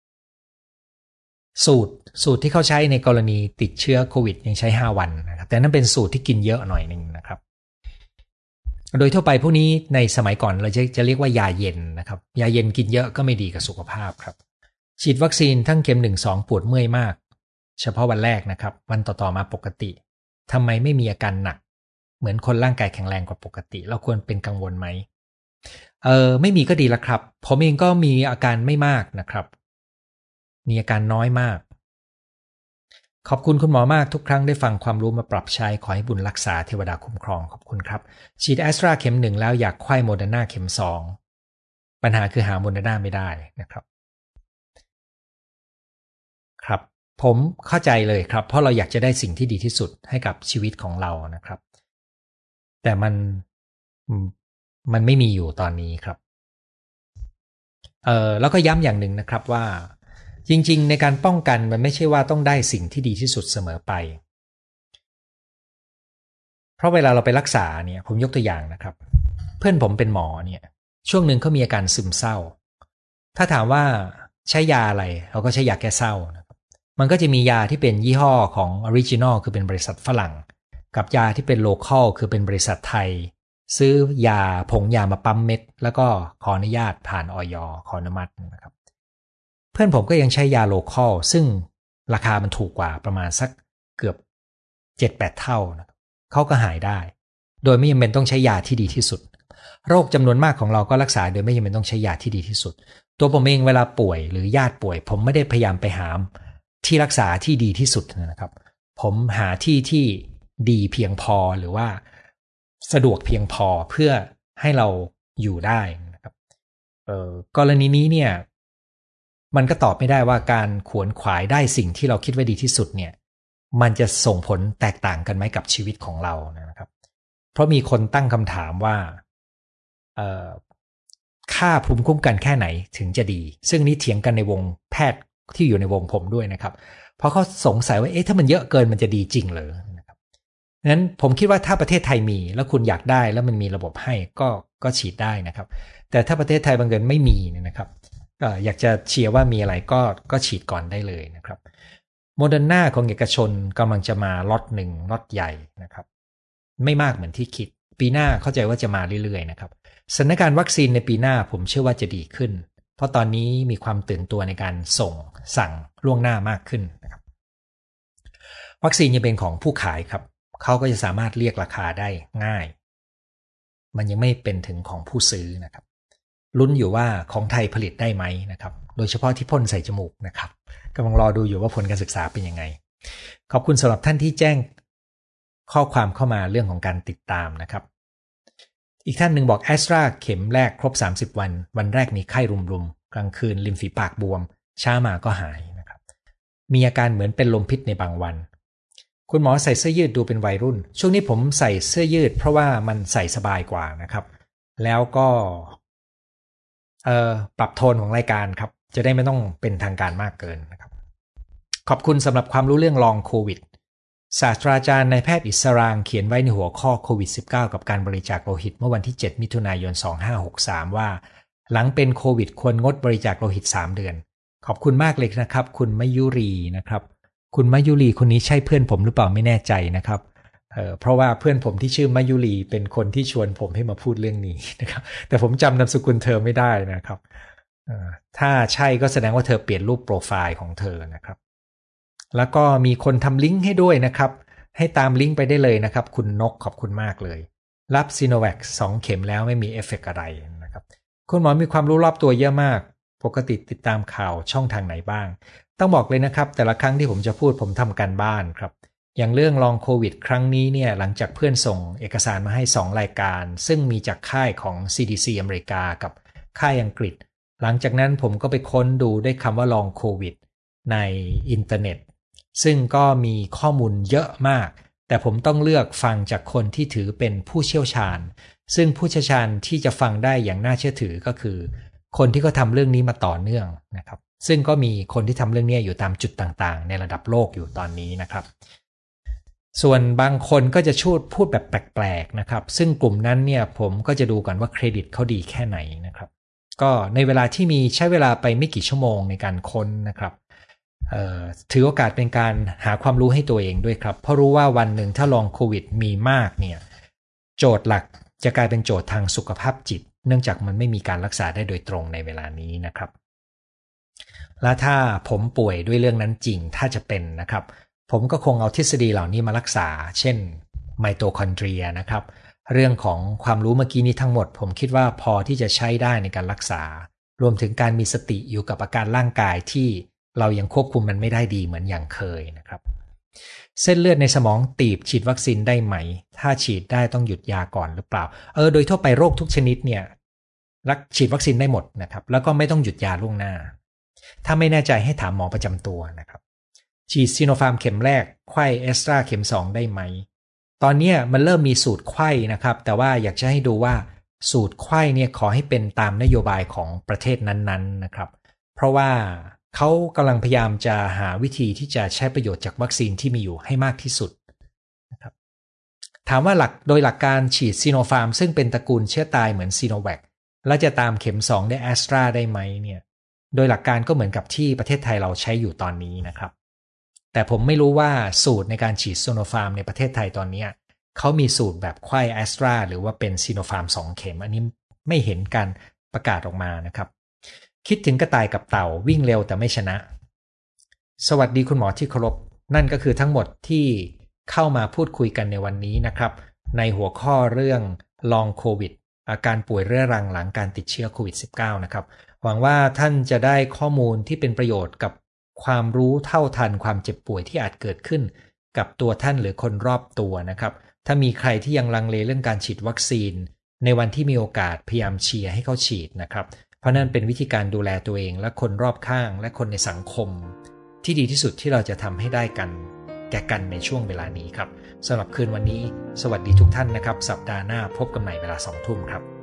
สูตรที่เขาใช้ในกรณีติดเชื้อโควิดยังใช้5 วันนะครับแต่นั่นเป็นสูตรที่กินเยอะหน่อยนึงนะครับโดยทั่วไปพวกนี้ในสมัยก่อนเราจะเรียกว่ายาเย็นนะครับยาเย็นกินเยอะก็ไม่ดีกับสุขภาพครับฉีดวัคซีนทั้งเข็ม 1-2 ปวดเมื่อยมากเฉพาะวันแรกนะครับวันต่อๆมาปกติทำไมไม่มีอาการหนักเหมือนคนร่างกายแข็งแรงกว่าปกติเราควรเป็นกังวลไหมไม่มีก็ดีละครับผมเองก็มีอาการไม่มากนะครับมีอาการน้อยมากขอบคุณคุณหมอมากทุกครั้งได้ฟังความรู้มาปรับใช้ขอให้บุญรักษาเทวดาคุ้มครองขอบคุณครับฉีดแอสตราเข็ม 1แล้วอยากไขว้โมเดอร์นาเข็ม 2ปัญหาคือหาโมเดอร์นาไม่ได้นะครับครับผมเข้าใจเลยครับเพราะเราอยากจะได้สิ่งที่ดีที่สุดให้กับชีวิตของเรานะครับแต่มันไม่มีอยู่ตอนนี้ครับแล้วก็ย้ำอย่างหนึ่งนะครับว่าจริงๆในการป้องกันมันไม่ใช่ว่าต้องได้สิ่งที่ดีที่สุดเสมอไปเพราะเวลาเราไปรักษาเนี่ยผมยกตัวอย่างนะครับเพื่อนผมเป็นหมอเนี่ยช่วงหนึ่งเขามีอาการซึมเศร้าถ้าถามว่าใช้ยาอะไรเราก็ใช้ยาแก้เศร้านะครับมันก็จะมียาที่เป็นยี่ห้อของ Original คือเป็นบริษัทฝรั่งกับยาที่เป็น Local คือเป็นบริษัทไทยซื้อยาผงยามาปั๊มเม็ดแล้วก็ขออนุญาตผ่านอย.ขออนุมัตินะครับเพื่อนผมก็ยังใช้ยาโลคอลซึ่งราคามันถูกกว่าประมาณสักเกือบ 7-8 เท่านะเขาก็หายได้โดยไม่จำเป็นต้องใช้ยาที่ดีที่สุดโรคจำนวนมากของเราก็รักษาโดยไม่จำเป็นต้องใช้ยาที่ดีที่สุดตัวผมเองเวลาป่วยหรือญาติป่วยผมไม่ได้พยายามไปหาที่รักษาที่ดีที่สุดนะครับผมหาที่ดีเพียงพอหรือว่าสะดวกเพียงพอเพื่อให้เราอยู่ได้นะครับกรณีนี้เนี่ยมันก็ตอบไม่ได้ว่าการขวนขวายได้สิ่งที่เราคิดว่าดีที่สุดเนี่ยมันจะส่งผลแตกต่างกันไหมกับชีวิตของเรานะครับเพราะมีคนตั้งคำถามว่าค่าภูมิคุ้มกันแค่ไหนถึงจะดีซึ่งนี้เถียงกันในวงแพทย์ที่อยู่ในวงผมด้วยนะครับเพราะเขาสงสัยว่าถ้ามันเยอะเกินมันจะดีจริงเหรอนะครับงั้นผมคิดว่าถ้าประเทศไทยมีแล้วคุณอยากได้แล้วมันมีระบบให้ก็ฉีดได้นะครับแต่ถ้าประเทศไทยบางเกินไม่มีนะครับอยากจะเชียร์ว่ามีอะไรก็ฉีดก่อนได้เลยนะครับโมเดอร์นาของเอกชนกำลังจะมาล็อต1ล็อตใหญ่นะครับไม่มากเหมือนที่คิดปีหน้าเข้าใจว่าจะมาเรื่อยๆนะครับสถานการณ์วัคซีนในปีหน้าผมเชื่อว่าจะดีขึ้นเพราะตอนนี้มีความตื่นตัวในการสั่งล่วงหน้ามากขึ้นนะครับวัคซีนยังเป็นของผู้ขายครับเขาก็จะสามารถเรียกราคาได้ง่ายมันยังไม่เป็นถึงของผู้ซื้อนะครับลุ้นอยู่ว่าของไทยผลิตได้ไหมนะครับโดยเฉพาะที่พ่นใส่จมูกนะครับกำลังรอดูอยู่ว่าผลการศึกษาเป็นยังไงขอบคุณสำหรับท่านที่แจ้งข้อความเข้ามาเรื่องของการติดตามนะครับอีกท่านหนึ่งบอกแอสตราเข็มแรกครบ30วันวันแรกมีไข้รุมๆกลางคืนริมฝีปากบวมช้ามาก็หายนะครับมีอาการเหมือนเป็นลมพิษในบางวันคุณหมอใส่เสื้อยืดดูเป็นวัยรุ่นช่วงนี้ผมใส่เสื้อยืดเพราะว่ามันใส่สบายกว่านะครับแล้วก็ปรับโทนของรายการครับจะได้ไม่ต้องเป็นทางการมากเกินนะครับขอบคุณสำหรับความรู้เรื่องลองโควิดศาสตราจารย์นายแพทย์อิสรางเขียนไว้ในหัวข้อโควิด -19 กับการบริจาคโลหิตเมื่อวันที่7มิถุนายน2563ว่าหลังเป็นโควิดควรงดบริจาคโลหิต3เดือนขอบคุณมากเลยนะครับคุณมยุรีนะครับคุณมยุรีคนนี้ใช่เพื่อนผมหรือเปล่าไม่แน่ใจนะครับเพราะว่าเพื่อนผมที่ชื่อมยุรีเป็นคนที่ชวนผมให้มาพูดเรื่องนี้นะครับแต่ผมจำนามสกุลเธอไม่ได้นะครับถ้าใช่ก็แสดงว่าเธอเปลี่ยนรูปโปรไฟล์ของเธอนะครับแล้วก็มีคนทำลิงก์ให้ด้วยนะครับให้ตามลิงก์ไปได้เลยนะครับคุณนกขอบคุณมากเลยรับซีโนแวค2เข็มแล้วไม่มีเอฟเฟกต์อะไรนะครับคุณหมอมีความรู้รอบตัวเยอะมากปกติติดตามข่าวช่องทางไหนบ้างต้องบอกเลยนะครับแต่ละครั้งที่ผมจะพูดผมทำการบ้านครับอย่างเรื่องลองโควิดครั้งนี้เนี่ยหลังจากเพื่อนส่งเอกสารมาให้2รายการซึ่งมีจากค่ายของ CDC อเมริกากับค่ายอังกฤษหลังจากนั้นผมก็ไปค้นดูได้คำว่าลองโควิดในอินเทอร์เน็ตซึ่งก็มีข้อมูลเยอะมากแต่ผมต้องเลือกฟังจากคนที่ถือเป็นผู้เชี่ยวชาญซึ่งผู้เชี่ยวชาญที่จะฟังได้อย่างน่าเชื่อถือก็คือคนที่เขาทำเรื่องนี้มาต่อเนื่องนะครับซึ่งก็มีคนที่ทำเรื่องนี้อยู่ตามจุดต่างๆในระดับโลกอยู่ตอนนี้นะครับส่วนบางคนก็จะพูดแบบแปลกๆนะครับซึ่งกลุ่มนั้นเนี่ยผมก็จะดูก่อนว่าเครดิตเขาดีแค่ไหนนะครับก็ในเวลาที่มีใช้เวลาไปไม่กี่ชั่วโมงในการค้นนะครับถือโอกาสเป็นการหาความรู้ให้ตัวเองด้วยครับเพราะรู้ว่าวันหนึ่งถ้าลองโควิดมีมากเนี่ยโจทย์หลักจะกลายเป็นโจทย์ทางสุขภาพจิตเนื่องจากมันไม่มีการรักษาได้โดยตรงในเวลานี้นะครับและถ้าผมป่วยด้วยเรื่องนั้นจริงถ้าจะเป็นนะครับผมก็คงเอาทฤษฎีเหล่านี้มารักษาเช่นไมโตคอนเดรียนะครับเรื่องของความรู้เมื่อกี้นี้ทั้งหมดผมคิดว่าพอที่จะใช้ได้ในการรักษารวมถึงการมีสติอยู่กับอาการร่างกายที่เรายังควบคุมมันไม่ได้ดีเหมือนอย่างเคยนะครับเส้นเลือดในสมองตีบฉีดวัคซีนได้ไหมถ้าฉีดได้ต้องหยุดยาก่อนหรือเปล่าโดยทั่วไปโรคทุกชนิดเนี่ยฉีดวัคซีนได้หมดนะครับแล้วก็ไม่ต้องหยุดยาล่วงหน้าถ้าไม่แน่ใจให้ถามหมอประจำตัวนะครับฉีดซิโนฟาร์มเข็มแรกไข้แอสตราเข็ม2ได้ไหมตอนนี้มันเริ่มมีสูตรไข้นะครับแต่ว่าอยากจะให้ดูว่าสูตรไข้เนี่ยขอให้เป็นตามนโยบายของประเทศนั้นๆนะครับเพราะว่าเขากำลังพยายามจะหาวิธีที่จะใช้ประโยชน์จากวัคซีนที่มีอยู่ให้มากที่สุดนะครับถามว่าโดยหลักการฉีดซิโนฟาร์มซึ่งเป็นตระกูลเชื้อตายเหมือนซีโนแวคแล้วจะตามเข็ม2ได้แอสตราได้ไหมเนี่ยโดยหลักการก็เหมือนกับที่ประเทศไทยเราใช้อยู่ตอนนี้นะครับแต่ผมไม่รู้ว่าสูตรในการฉีดซิโนฟาร์มในประเทศไทยตอนนี้เขามีสูตรแบบไข้แอสตราหรือว่าเป็นซิโนฟาร์ม2เข็มอันนี้ไม่เห็นการประกาศออกมานะครับคิดถึงกระต่ายกับเต่าวิ่งเร็วแต่ไม่ชนะสวัสดีคุณหมอที่เคารพนั่นก็คือทั้งหมดที่เข้ามาพูดคุยกันในวันนี้นะครับในหัวข้อเรื่องลองโควิดอาการป่วยเรื้อรังหลังการติดเชื้อโควิด -19 นะครับหวังว่าท่านจะได้ข้อมูลที่เป็นประโยชน์กับความรู้เท่าทันความเจ็บป่วยที่อาจเกิดขึ้นกับตัวท่านหรือคนรอบตัวนะครับถ้ามีใครที่ยังลังเลเรื่องการฉีดวัคซีนในวันที่มีโอกาสพยายามเชียร์ให้เขาฉีดนะครับเพราะนั่นเป็นวิธีการดูแลตัวเองและคนรอบข้างและคนในสังคมที่ดีที่สุดที่เราจะทำให้ได้กันแก่กันในช่วงเวลานี้ครับสำหรับคืนวันนี้สวัสดีทุกท่านนะครับสัปดาห์หน้าพบกันใหม่เวลา 20:00 นครับ